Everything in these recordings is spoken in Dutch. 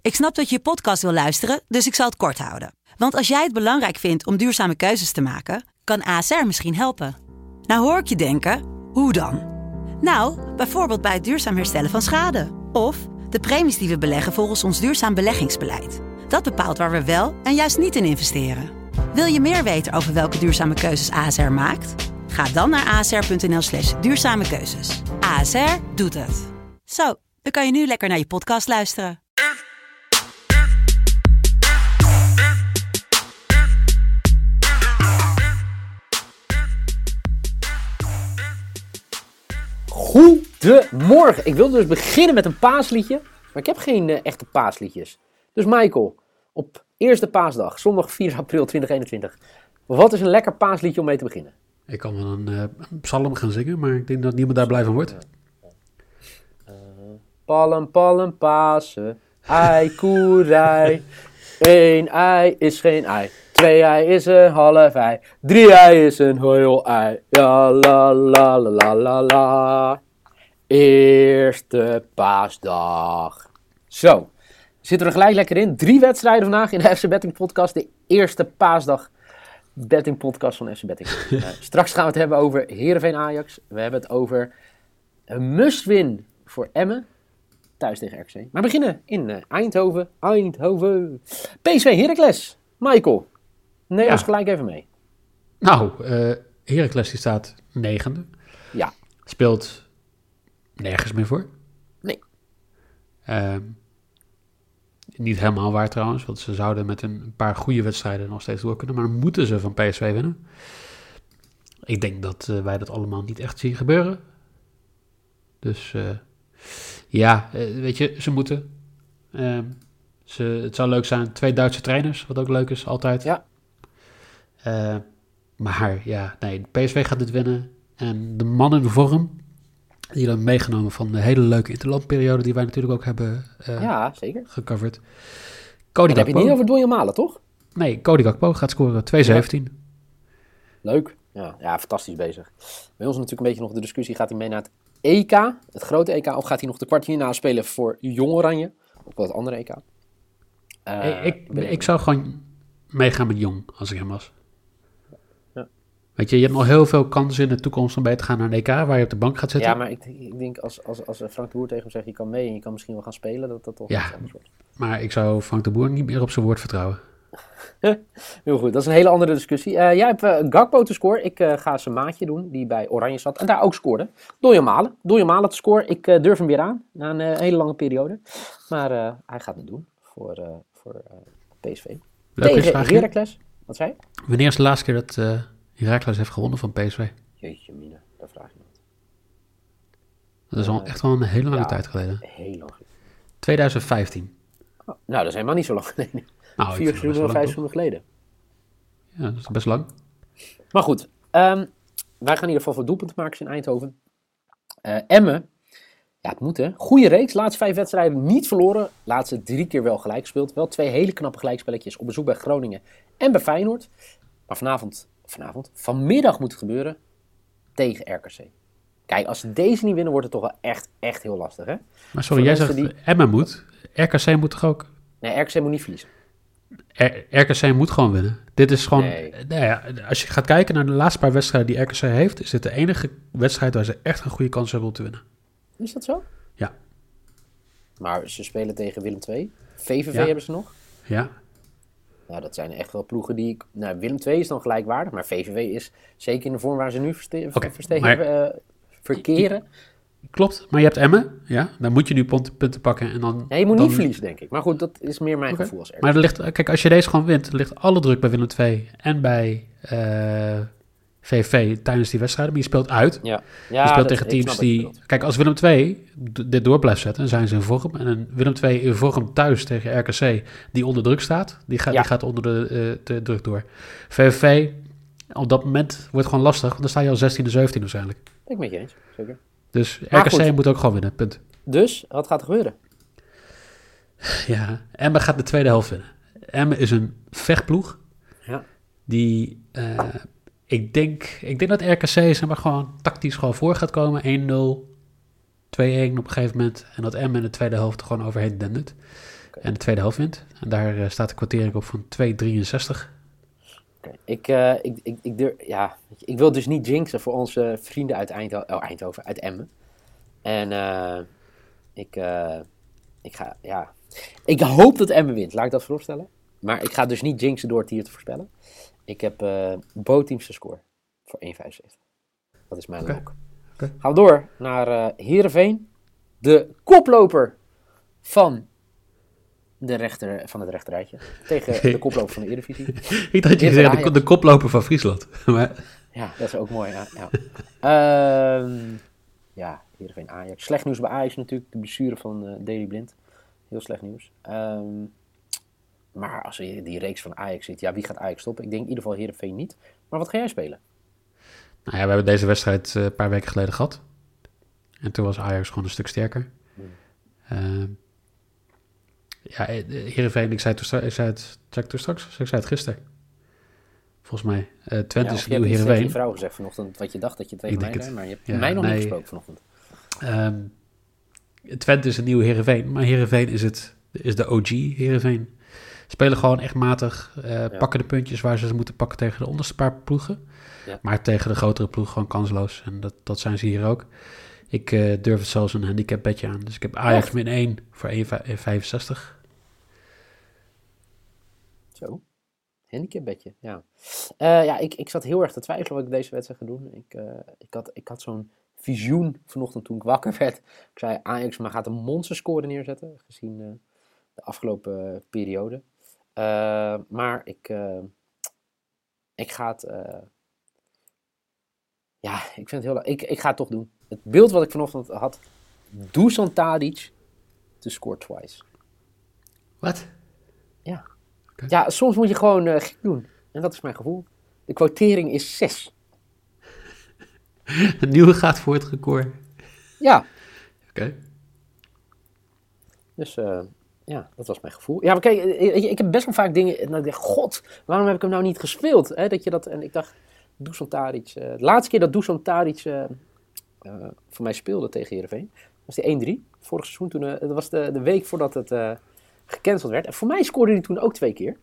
Ik snap dat je podcast wil luisteren, dus ik zal het kort houden. Want als jij het belangrijk vindt om duurzame keuzes te maken, kan ASR misschien helpen. Nou hoor ik je denken, hoe dan? Nou, bijvoorbeeld bij het duurzaam herstellen van schade. Of de premies die we beleggen volgens ons duurzaam beleggingsbeleid. Dat bepaalt waar we wel en juist niet in investeren. Wil je meer weten over welke duurzame keuzes ASR maakt? Ga dan naar asr.nl/duurzame keuzes. ASR doet het. Zo, dan kan je nu lekker naar je podcast luisteren. Goedemorgen. Ik wilde dus beginnen met een paasliedje, maar ik heb geen echte paasliedjes. Dus Michael, op eerste paasdag, zondag 4 april 2021, wat is een lekker paasliedje om mee te beginnen? Ik kan wel een psalm gaan zingen, maar ik denk dat niemand daar blij van wordt. Palm, palm, Pasen, ei, koerij. 1 ei is geen ei, 2 ei is een half ei, 3 ei is een heel ei. Ja, la, la, la, la, la, la. Eerste paasdag. Zo, zitten we er gelijk lekker in. 3 wedstrijden vandaag in de FC Betting Podcast. De eerste paasdag betting podcast van FC Betting. Straks gaan we het hebben over Heerenveen Ajax. We hebben het over een must-win voor Emmen. Thuis tegen RKC. Maar we beginnen in Eindhoven. PSV Heracles. Michael, neem ons gelijk even mee. Nou, Heracles die staat 9e. Ja. Speelt nergens meer voor. Nee. Niet helemaal waar trouwens, want ze zouden met een paar goede wedstrijden nog steeds door kunnen. Maar dan moeten ze van PSV winnen. Ik denk dat wij dat allemaal niet echt zien gebeuren. Dus weet je, ze moeten. Het zou leuk zijn, 2 Duitse trainers, wat ook leuk is altijd. Ja. Maar ja, nee, PSV gaat dit winnen. En de man in vorm, die dan meegenomen van de hele leuke interlandperiode die wij natuurlijk ook hebben zeker. gecoverd. Dan heb je het niet over Donjan Malen, toch? Nee, Cody Gakpo gaat scoren 2-17. Leuk. Ja, fantastisch bezig. Bij ons natuurlijk een beetje nog de discussie, gaat hij mee naar het EK, het grote EK, of gaat hij nog de kwartfinale spelen voor Jong Oranje? Ook wel het andere EK. Ik zou gewoon meegaan met Jong, als ik hem was. Ja. Weet je hebt nog heel veel kansen in de toekomst om bij te gaan naar een EK, waar je op de bank gaat zitten. Ja, maar ik denk als Frank de Boer tegen hem zegt, je kan mee en je kan misschien wel gaan spelen, dat toch iets anders wordt. Maar ik zou Frank de Boer niet meer op zijn woord vertrouwen. Heel goed, dat is een hele andere discussie. Jij hebt Gakpo te scoren. Ik ga zijn maatje doen, die bij Oranje zat en daar ook scoorde. Donjan Malen te scoren. Ik durf hem weer aan, na een hele lange periode. Maar hij gaat het doen voor PSV. Tegen Heracles. Wat zei je? Wanneer is de laatste keer dat Heracles heeft gewonnen van PSV? Jeetje mina, dat vraag je me. Dat is al echt wel een hele lange tijd geleden. Heel lang geleden. 2015. Oh, nou, dat is helemaal niet zo lang geleden. Nou, 4 seizoenen, 5 seizoenen geleden. Ja, dat is best lang. Maar goed, wij gaan in ieder geval voor doelpuntenmakers in Eindhoven. Emmen, ja het moet hè. Goeie reeks, laatste 5 wedstrijden niet verloren. Laatste 3 keer wel gelijk gespeeld. Wel 2 hele knappe gelijkspelletjes op bezoek bij Groningen en bij Feyenoord. Maar vanmiddag moet het gebeuren tegen RKC. Kijk, als ze deze niet winnen, wordt het toch wel echt heel lastig hè. Maar sorry, jij zegt Emmen moet. RKC moet toch ook? Nee, RKC moet niet verliezen. RKC moet gewoon winnen. Dit is gewoon... als je gaat kijken naar de laatste paar wedstrijden die RKC heeft, is dit de enige wedstrijd waar ze echt een goede kans hebben om te winnen. Is dat zo? Ja. Maar ze spelen tegen Willem II. VVV hebben ze nog. Ja. Nou, dat zijn echt wel ploegen die... Nou, Willem II is dan gelijkwaardig, maar VVV is zeker in de vorm waar ze nu verkeren. Klopt, maar je hebt Emmen, ja. Dan moet je nu punten pakken en dan... Nee, je moet niet verliezen, denk ik. Maar goed, dat is meer mijn gevoel als Maar kijk, als je deze gewoon wint, ligt alle druk bij Willem II en bij VVV tijdens die wedstrijden. Maar je speelt uit. Ja, je speelt tegen teams die... Kijk, als Willem II dit door blijft zetten, dan zijn ze in vorm. En een Willem II in vorm thuis tegen RKC, die onder druk staat, die gaat onder de druk door. VVV, op dat moment wordt gewoon lastig, want dan sta je al 16e, 17 waarschijnlijk. Ben ik met je eens, zeker. Dus RKC moet ook gewoon winnen, punt. Dus, wat gaat er gebeuren? Ja, Emmen gaat de tweede helft winnen. Emmen is een vechtploeg. Ja. Die, ik denk dat RKC zeg maar gewoon tactisch gewoon voor gaat komen. 1-0, 2-1 op een gegeven moment. En dat Emmen in de tweede helft er gewoon overheen dendert. Okay. En de tweede helft wint. En daar staat de kwartering op van 2,63. Okay. Ik wil dus niet jinxen voor onze vrienden uit Eindhoven, uit Emmen. En ik hoop dat Emmen wint, laat ik dat vooropstellen. Maar ik ga dus niet jinxen door het hier te voorspellen. Ik heb Boteamse score voor 1,75. Dat is mijn lok. Okay. Gaan we door naar Heerenveen. De koploper van het rechterrijtje. Tegen de koploper van de Eredivisie. Ik dacht je zei de koploper van Friesland. Maar... Ja, dat is ook mooi. Ja, Heerenveen Ajax. Slecht nieuws bij Ajax natuurlijk. De blessure van Daley Blind. Heel slecht nieuws. Maar als je die reeks van Ajax ziet, wie gaat Ajax stoppen? Ik denk in ieder geval Heerenveen niet. Maar wat ga jij spelen? Nou ja, we hebben deze wedstrijd een paar weken geleden gehad. En toen was Ajax gewoon een stuk sterker. Heerenveen, ik zei het gisteren. Volgens mij. Twente is nieuw Heerenveen. Je hebt die vrouw gezegd vanochtend wat je dacht dat je tegen mij zei, maar je hebt mij nog niet gesproken vanochtend. Twente is een nieuw Heerenveen, maar Heerenveen is de OG Heerenveen. Spelen gewoon echt matig, pakken de puntjes waar ze moeten pakken tegen de onderste paar ploegen. Ja. Maar tegen de grotere ploeg gewoon kansloos. En dat zijn ze hier ook. Ik durf het zelfs een handicapbedje aan. Dus ik heb Ajax min 1 voor 1,65. Zo, handicapbedje, ja. Ik zat heel erg te twijfelen wat ik deze wedstrijd ga doen. Ik had zo'n visioen vanochtend toen ik wakker werd. Ik zei, Ajax maar gaat een monsterscore neerzetten, gezien de afgelopen periode. Maar ik ga het... ik vind het heel leuk. Ik ga het toch doen. Het beeld wat ik vanochtend had. Dusan Tadic to score twice. Wat? Ja. Okay. Ja, soms moet je gewoon gek doen. En dat is mijn gevoel. De quotering is 6. Een nieuwe gaat voor het record. Ja. Oké. Dus dat was mijn gevoel. Ja, maar kijk, ik heb best wel vaak dingen... En dan denk ik, god, waarom heb ik hem nou niet gespeeld? Hè? En ik dacht... Dusan Tadic. De laatste keer dat Dusan Tadic voor mij speelde tegen Heerenveen, was die 1-3. Vorig seizoen toen, dat was de week voordat het gecanceld werd. En voor mij scoorde hij toen ook 2 keer.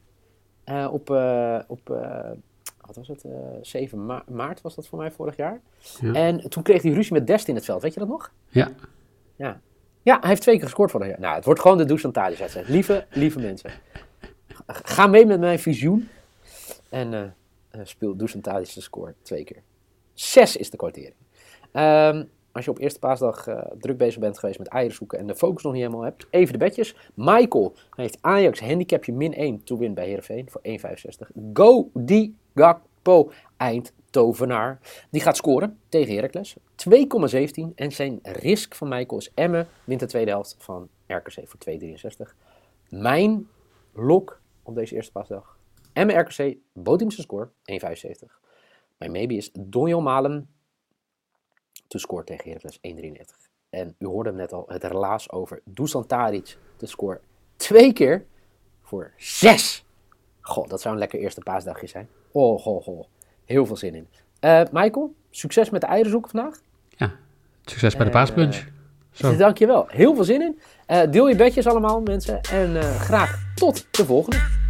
Wat was het? 7 maart was dat voor mij vorig jaar. Ja. En toen kreeg hij ruzie met Dest in het veld. Weet je dat nog? Ja. Ja, hij heeft 2 keer gescoord vorig jaar. Nou, het wordt gewoon de Dusan Tadic wedstrijd. Lieve mensen. Ga mee met mijn visioen. En... speelt Dusan Tadic de score 2 keer. 6 is de quotering. Als je op eerste paasdag druk bezig bent geweest met eieren zoeken en de focus nog niet helemaal hebt, even de bedjes. Michael heeft Ajax handicapje min 1 to win bij Heerenveen voor 1,65. Go Gakpo Eindhovenaar. Die gaat scoren tegen Heracles. 2,17 en zijn risk van Michael is Emmen wint de tweede helft van RKC voor 2,63. Mijn lok op deze eerste paasdag. Emmen RKC, Boteamse score, 1,75. Mijn maybe is Donjon Malen to score tegen Heracles, 1,93. En u hoorde hem net al, het relaas over Dusan Tadic te score 2 keer voor 6. Goh, dat zou een lekker eerste paasdagje zijn. Oh. Heel veel zin in. Michael, succes met de eieren zoeken vandaag. Ja, succes bij de paaspunch. Dankjewel, heel veel zin in. Deel je bedjes allemaal, mensen. En graag tot de volgende.